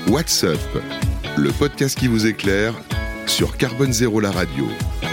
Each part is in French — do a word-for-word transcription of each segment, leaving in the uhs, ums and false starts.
What's Up, le podcast qui vous éclaire sur Carbone Zéro la radio.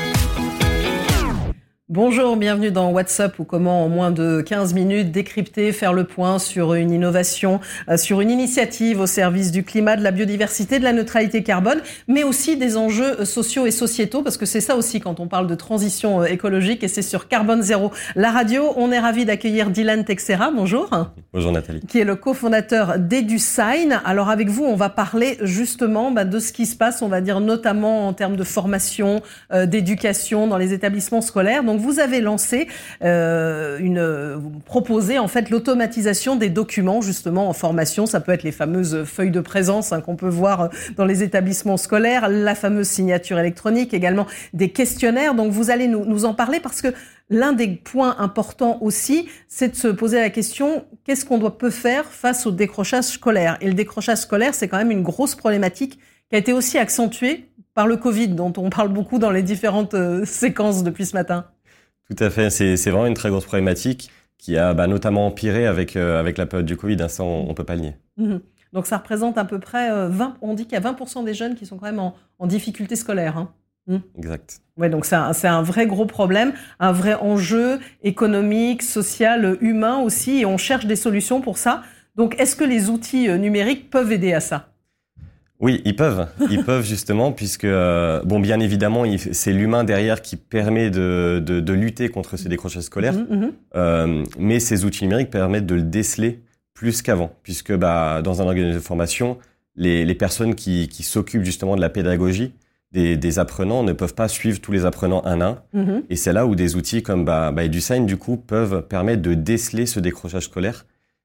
Bonjour, bienvenue dans What's Up, ou comment en moins de quinze minutes décrypter, faire le point sur une innovation, euh, sur une initiative au service du climat, de la biodiversité, de la neutralité carbone, mais aussi des enjeux sociaux et sociétaux, parce que c'est ça aussi quand on parle de transition écologique, et c'est sur Carbone Zéro la radio. On est ravis d'accueillir Dylan Texeira, bonjour. Bonjour Nathalie. Qui est le cofondateur d'EduSign. Alors avec vous, on va parler justement bah, de ce qui se passe, on va dire notamment en termes de formation, euh, d'éducation dans les établissements scolaires. Donc vous avez lancé euh, une, vous proposez en fait l'automatisation des documents justement en formation. Ça peut être les fameuses feuilles de présence hein, qu'on peut voir dans les établissements scolaires, la fameuse signature électronique, également des questionnaires. Donc vous allez nous, nous en parler parce que l'un des points importants aussi, c'est de se poser la question, qu'est-ce qu'on doit peut faire face au décrochage scolaire? Et le décrochage scolaire, c'est quand même une grosse problématique qui a été aussi accentuée par le Covid, dont on parle beaucoup dans les différentes euh, séquences depuis ce matin. Tout à fait, c'est, c'est vraiment une très grosse problématique qui a bah, notamment empiré avec, euh, avec la période du Covid, hein, ça on ne peut pas le nier. Mmh. Donc ça représente à peu près euh, vingt, on dit qu'il y a vingt pour cent des jeunes qui sont quand même en, en difficulté scolaire. Hein. Mmh. Exact. Ouais, donc c'est un, c'est un vrai gros problème, un vrai enjeu économique, social, humain aussi, et on cherche des solutions pour ça. Donc est-ce que les outils numériques peuvent aider à ça ? Oui, ils peuvent, ils peuvent justement, puisque euh, bon, bien évidemment, il, c'est l'humain derrière qui permet de, de, de lutter contre ce décrochage scolaire, mmh. euh, mais ces outils numériques permettent de le déceler plus qu'avant, puisque bah, dans un organisme de formation, les, les personnes qui, qui s'occupent justement de la pédagogie des, des apprenants ne peuvent pas suivre tous les apprenants un à un, mmh. et c'est là où des outils comme bah, bah, EduSign du coup peuvent permettre de déceler ce décrochage scolaire.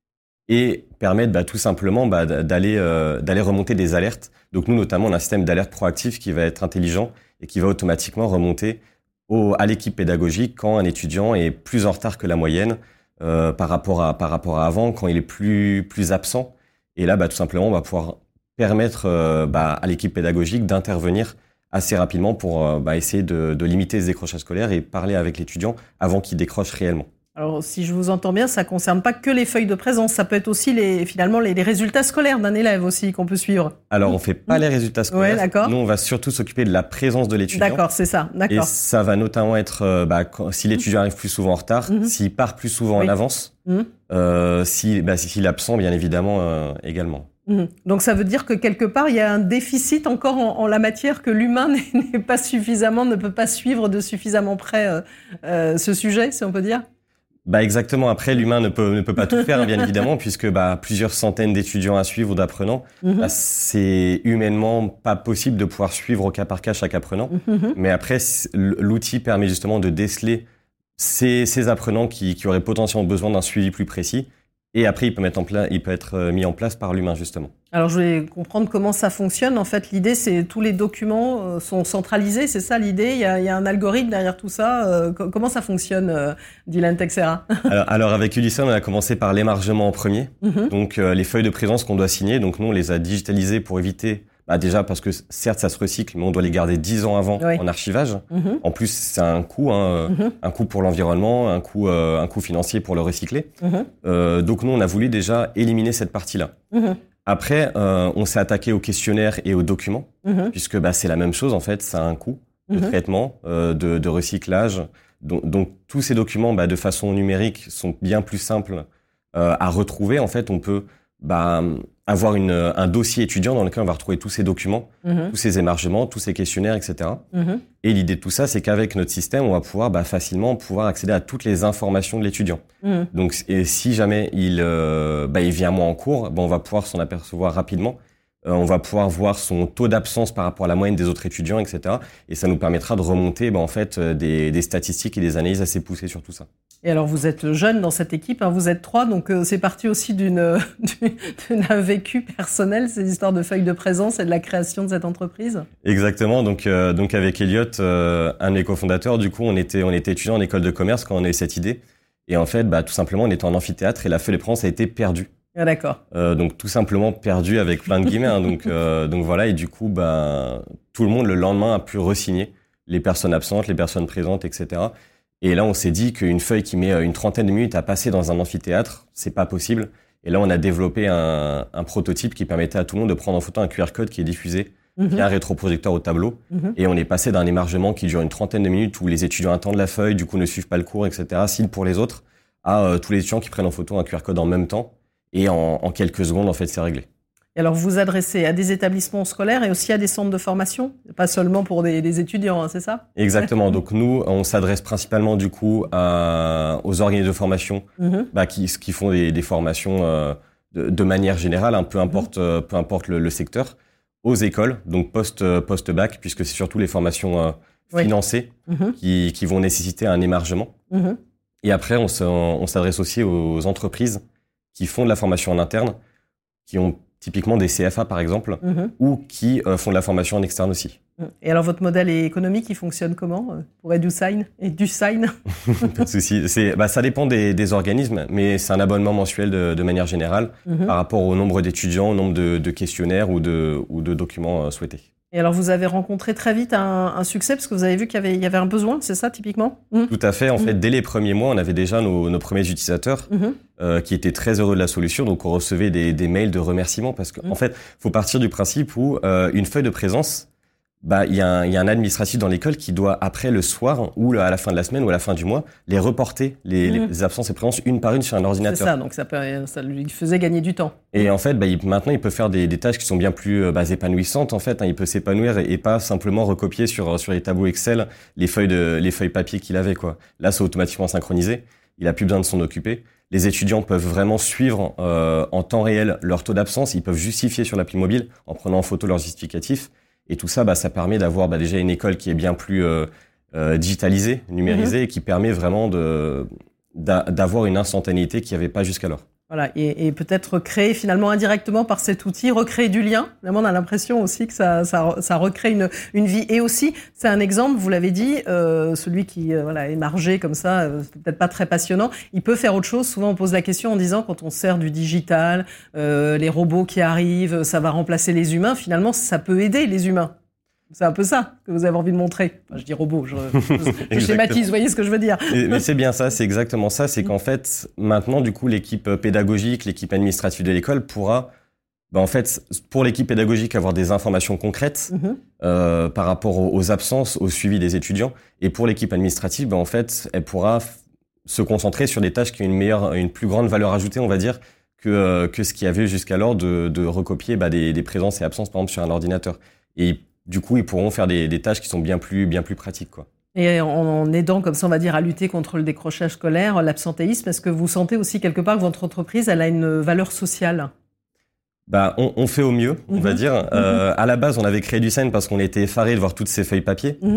Et permettre bah, tout simplement bah, d'aller, euh, d'aller remonter des alertes. Donc nous, notamment, on a un système d'alerte proactif qui va être intelligent et qui va automatiquement remonter au, à l'équipe pédagogique quand un étudiant est plus en retard que la moyenne euh, par rapport à, par rapport à avant, quand il est plus, plus absent. Et là, bah, tout simplement, on va pouvoir permettre euh, bah, à l'équipe pédagogique d'intervenir assez rapidement pour euh, bah, essayer de, de limiter les décrochages scolaires et parler avec l'étudiant avant qu'il décroche réellement. Alors, si je vous entends bien, ça concerne pas que les feuilles de présence, ça peut être aussi les, finalement les, les résultats scolaires d'un élève aussi qu'on peut suivre. Alors, on fait pas les résultats scolaires. Ouais, d'accord. Nous, on va surtout s'occuper de la présence de l'étudiant. D'accord, c'est ça. D'accord. Et ça va notamment être euh, bah, quand, si l'étudiant arrive plus souvent en retard, mm-hmm. s'il part plus souvent oui. en avance, mm-hmm. euh, si, bah, s'il est absent, bien évidemment euh, également. Mmh. Donc ça veut dire que quelque part il y a un déficit encore en, en la matière, que l'humain n'est, n'est pas suffisamment, ne peut pas suivre de suffisamment près euh, euh, ce sujet, si on peut dire. Bah exactement. Après, l'humain ne peut ne peut pas tout faire, bien évidemment, puisque bah plusieurs centaines d'étudiants à suivre ou d'apprenants, mmh. bah, c'est humainement pas possible de pouvoir suivre au cas par cas chaque apprenant. Mmh. Mais après, l'outil permet justement de déceler ces ces apprenants qui qui auraient potentiellement besoin d'un suivi plus précis. Et après, il peut mettre en place, il peut être mis en place par l'humain, justement. Alors, je voulais comprendre comment ça fonctionne. En fait, l'idée, c'est tous les documents sont centralisés, c'est ça l'idée? Il y a, il y a un algorithme derrière tout ça. Euh, comment ça fonctionne, euh, Dylan Texeira? alors, alors, avec EduSign, on a commencé par l'émargement en premier. Mm-hmm. Donc, euh, les feuilles de présence qu'on doit signer. Donc, nous, on les a digitalisées pour éviter... Bah déjà parce que certes ça se recycle, mais on doit les garder dix ans avant oui. en archivage. Mm-hmm. En plus c'est un coût, hein, mm-hmm. un coût pour l'environnement, un coût, euh, un coût financier pour le recycler. Mm-hmm. Euh, donc nous on a voulu déjà éliminer cette partie-là. Mm-hmm. Après euh, on s'est attaqué aux questionnaires et aux documents, mm-hmm. puisque bah c'est la même chose en fait, ça a un coût de mm-hmm. traitement, euh, de, de recyclage. Donc, donc tous ces documents bah, de façon numérique sont bien plus simples euh, à retrouver. En fait on peut bah, avoir une, un dossier étudiant dans lequel on va retrouver tous ces documents, mmh. tous ces émargements, tous ces questionnaires, et cetera. Mmh. Et l'idée de tout ça, c'est qu'avec notre système, on va pouvoir bah, facilement pouvoir accéder à toutes les informations de l'étudiant. Mmh. Donc, et si jamais il, euh, bah, il vient moins en cours, bah, on va pouvoir s'en apercevoir rapidement. Euh, on va pouvoir voir son taux d'absence par rapport à la moyenne des autres étudiants, et cetera. Et ça nous permettra de remonter bah, en fait des, des statistiques et des analyses assez poussées sur tout ça. Et alors vous êtes jeune dans cette équipe, hein, vous êtes trois, donc euh, c'est parti aussi d'une, d'un vécu personnel, ces histoires de feuilles de présence et de la création de cette entreprise. Exactement. Donc euh, donc avec Elliot, euh, un de mes cofondateurs, du coup on était on était étudiant en école de commerce quand on a eu cette idée. Et en fait, bah tout simplement on était en amphithéâtre et la feuille de présence a été perdue. Ah, d'accord. Euh, donc tout simplement perdu avec plein de guillemets. Hein, donc euh, donc voilà, et du coup bah tout le monde le lendemain a pu re-signer, les personnes absentes, les personnes présentes, et cetera. Et là on s'est dit qu'une feuille qui met une trentaine de minutes à passer dans un amphithéâtre, c'est pas possible. Et là, on a développé un, un prototype qui permettait à tout le monde de prendre en photo un Q R code qui est diffusé mmh. via un rétroprojecteur au tableau. Mmh. Et on est passé d'un émargement qui dure une trentaine de minutes où les étudiants attendent la feuille, du coup ne suivent pas le cours, et cetera, signe pour les autres, à euh, tous les étudiants qui prennent en photo un Q R code en même temps. Et en, en quelques secondes, en fait, c'est réglé. Et alors, vous vous adressez à des établissements scolaires et aussi à des centres de formation, pas seulement pour des, des étudiants, hein, c'est ça? Exactement. Donc nous, on s'adresse principalement du coup à, aux organismes de formation mmh. bah, qui, qui font des, des formations euh, de, de manière générale, hein, peu importe, mmh. euh, peu importe le, le secteur, aux écoles, donc post post bac, puisque c'est surtout les formations euh, financées oui. mmh. qui, qui vont nécessiter un émargement. Mmh. Et après, on, se, on s'adresse aussi aux entreprises qui font de la formation en interne, qui ont typiquement des C F A par exemple, mmh. ou qui euh, font de la formation en externe aussi. Et alors votre modèle économique, il fonctionne comment pour EduSign et DuSign? Pas de souci. C'est, bah, ça dépend des, des organismes, mais c'est un abonnement mensuel de, de manière générale mmh. par rapport au nombre d'étudiants, au nombre de, de questionnaires ou de, ou de documents euh, souhaités. Et alors, vous avez rencontré très vite un, un succès parce que vous avez vu qu'il y avait, il y avait un besoin, c'est ça, typiquement? Mmh. Tout à fait. En mmh. fait, dès les premiers mois, on avait déjà nos, nos premiers utilisateurs mmh. euh, qui étaient très heureux de la solution. Donc, on recevait des, des mails de remerciements parce qu'en mmh. en fait, faut partir du principe où euh, une feuille de présence, bah, il y a un, il y a un administratif dans l'école qui doit, après le soir ou à la fin de la semaine ou à la fin du mois, les reporter, les, mmh. les absences et présences une par une sur un ordinateur. C'est ça, donc ça, peut, ça lui faisait gagner du temps. Et en fait, bah, il, maintenant, il peut faire des, des tâches qui sont bien plus bah, épanouissantes. En fait, hein, il peut s'épanouir et, et pas simplement recopier sur sur les tableaux Excel les feuilles de les feuilles papier qu'il avait, quoi. Là, c'est automatiquement synchronisé. Il a plus besoin de s'en occuper. Les étudiants peuvent vraiment suivre euh, en temps réel leur taux d'absence. Ils peuvent justifier sur l'appli mobile en prenant en photo leurs justificatifs. Et tout ça, bah, ça permet d'avoir bah, déjà une école qui est bien plus euh, euh, digitalisée, numérisée, mmh. et qui permet vraiment de d'a, d'avoir une instantanéité qu'il n'y avait pas jusqu'alors. Voilà, et, et peut-être créer finalement indirectement par cet outil, recréer du lien. Vraiment, on a l'impression aussi que ça, ça, ça recrée une, une vie. Et aussi, c'est un exemple, vous l'avez dit, euh, celui qui euh, voilà, est margé comme ça, euh, c'est peut-être pas très passionnant. Il peut faire autre chose. Souvent, on pose la question en disant, quand on sert du digital, euh, les robots qui arrivent, ça va remplacer les humains. Finalement, ça peut aider les humains. C'est un peu ça que vous avez envie de montrer. Enfin, je dis robot, je, je, je schématise, vous voyez ce que je veux dire. Mais, mais c'est bien ça, c'est exactement ça. C'est qu'en fait, maintenant, du coup, l'équipe pédagogique, l'équipe administrative de l'école pourra, ben, en fait, pour l'équipe pédagogique, avoir des informations concrètes mm-hmm. euh, par rapport aux, aux absences, au suivi des étudiants. Et pour l'équipe administrative, ben, en fait, elle pourra f- se concentrer sur des tâches qui ont une meilleure, une plus grande valeur ajoutée, on va dire, que, euh, que ce qu'il y avait jusqu'alors de, de recopier bah, des, des présences et absences, par exemple, sur un ordinateur. Et du coup, ils pourront faire des, des tâches qui sont bien plus, bien plus pratiques, quoi. Et en, en aidant, comme ça, on va dire, à lutter contre le décrochage scolaire, l'absentéisme, est-ce que vous sentez aussi quelque part que votre entreprise, elle a une valeur sociale? Bah, on, on fait au mieux, on mmh. va dire. Mmh. Euh, à la base, on avait créé EduSign parce qu'on était effarés de voir toutes ces feuilles papier. Mmh.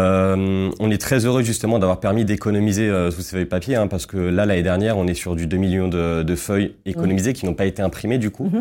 Euh, on est très heureux justement d'avoir permis d'économiser euh, toutes ces feuilles papier, hein, parce que là, l'année dernière, on est sur du deux millions de, de feuilles économisées mmh. qui n'ont pas été imprimées du coup. Mmh.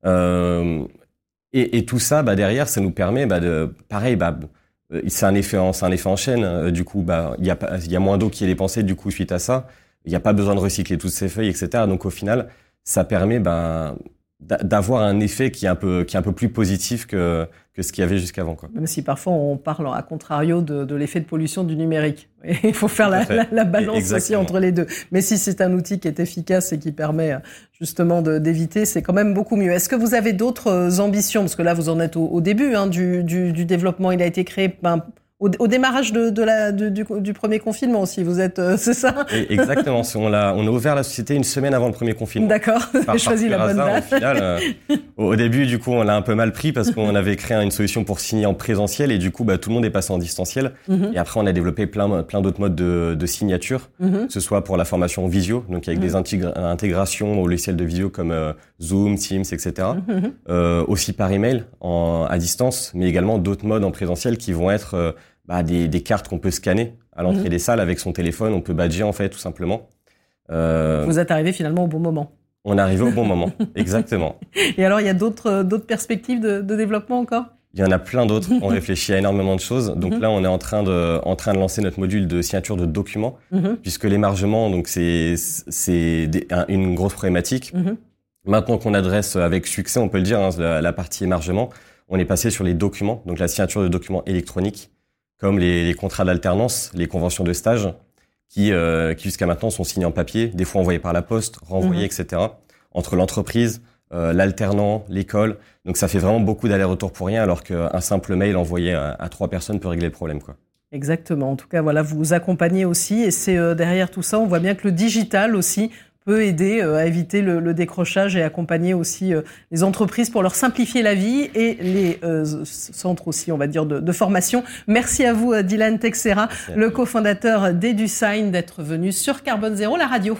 Euh, Et, et tout ça, bah derrière, ça nous permet, bah de, pareil, bah c'est un effet, en, c'est un effet en chaîne. Euh, du coup, bah il y a pas, il y a moins d'eau qui est dépensée du coup suite à ça. Il n'y a pas besoin de recycler toutes ces feuilles, et cetera. Donc au final, ça permet, bah d'avoir un effet qui est un peu, qui est un peu plus positif que que ce qu'il y avait jusqu'avant, quoi. Même si parfois on parle à contrario de, de l'effet de pollution du numérique. Et il faut faire la, la, la balance Exactement. Aussi entre les deux. Mais si c'est un outil qui est efficace et qui permet justement de, d'éviter, c'est quand même beaucoup mieux. Est-ce que vous avez d'autres ambitions? Parce que là, vous en êtes au, au début hein, du, du, du développement. Il a été créé ben, au, au démarrage de, de la, de, du, du premier confinement aussi. Vous êtes, euh, c'est ça? Exactement. On a, on a ouvert la société une semaine avant le premier confinement. D'accord. Vous avez choisi la bonne date. Au final, euh, au début, du coup, on l'a un peu mal pris parce qu'on avait créé une solution pour signer en présentiel et du coup, bah, tout le monde est passé en distanciel. Mm-hmm. Et après, on a développé plein, plein d'autres modes de, de signature, mm-hmm. que ce soit pour la formation en visio, donc avec mm-hmm. des intégra- intégrations au logiciel de visio comme euh, Zoom, Teams, et cetera. Mm-hmm. Euh, aussi par email, en, à distance, mais également d'autres modes en présentiel qui vont être euh, bah, des, des cartes qu'on peut scanner à l'entrée mmh. des salles avec son téléphone. On peut badger, en fait, tout simplement. Euh, Vous êtes arrivé finalement au bon moment. On est arrivé au bon moment, exactement. Et alors, il y a d'autres, d'autres perspectives de, de développement encore? Il y en a plein d'autres. On réfléchit à énormément de choses. Donc mmh. là, on est en train de, en train de lancer notre module de signature de documents, mmh. puisque l'émargement, donc c'est, c'est des, un, une grosse problématique. Mmh. Maintenant qu'on adresse avec succès, on peut le dire, hein, la, la partie émargement, on est passé sur les documents, donc la signature de documents électroniques, comme les, les contrats d'alternance, les conventions de stage, qui, euh, qui jusqu'à maintenant sont signés en papier, des fois envoyés par la poste, renvoyés, mmh. et cetera. entre l'entreprise, euh, l'alternant, l'école. Donc ça fait vraiment beaucoup d'allers-retours pour rien, alors qu'un simple mail envoyé à, à trois personnes peut régler le problème, quoi. Exactement. En tout cas, voilà, vous vous accompagnez aussi. Et c'est euh, derrière tout ça, on voit bien que le digital aussi peut aider euh, à éviter le, le décrochage et accompagner aussi euh, les entreprises pour leur simplifier la vie et les euh, centres aussi, on va dire, de, de formation. Merci à vous, Dylan Texera, le cofondateur d'EduSign, d'être venu sur Carbone Zéro, la radio.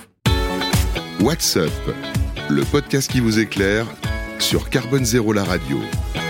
What's Up, le podcast qui vous éclaire sur Carbone Zéro, la radio.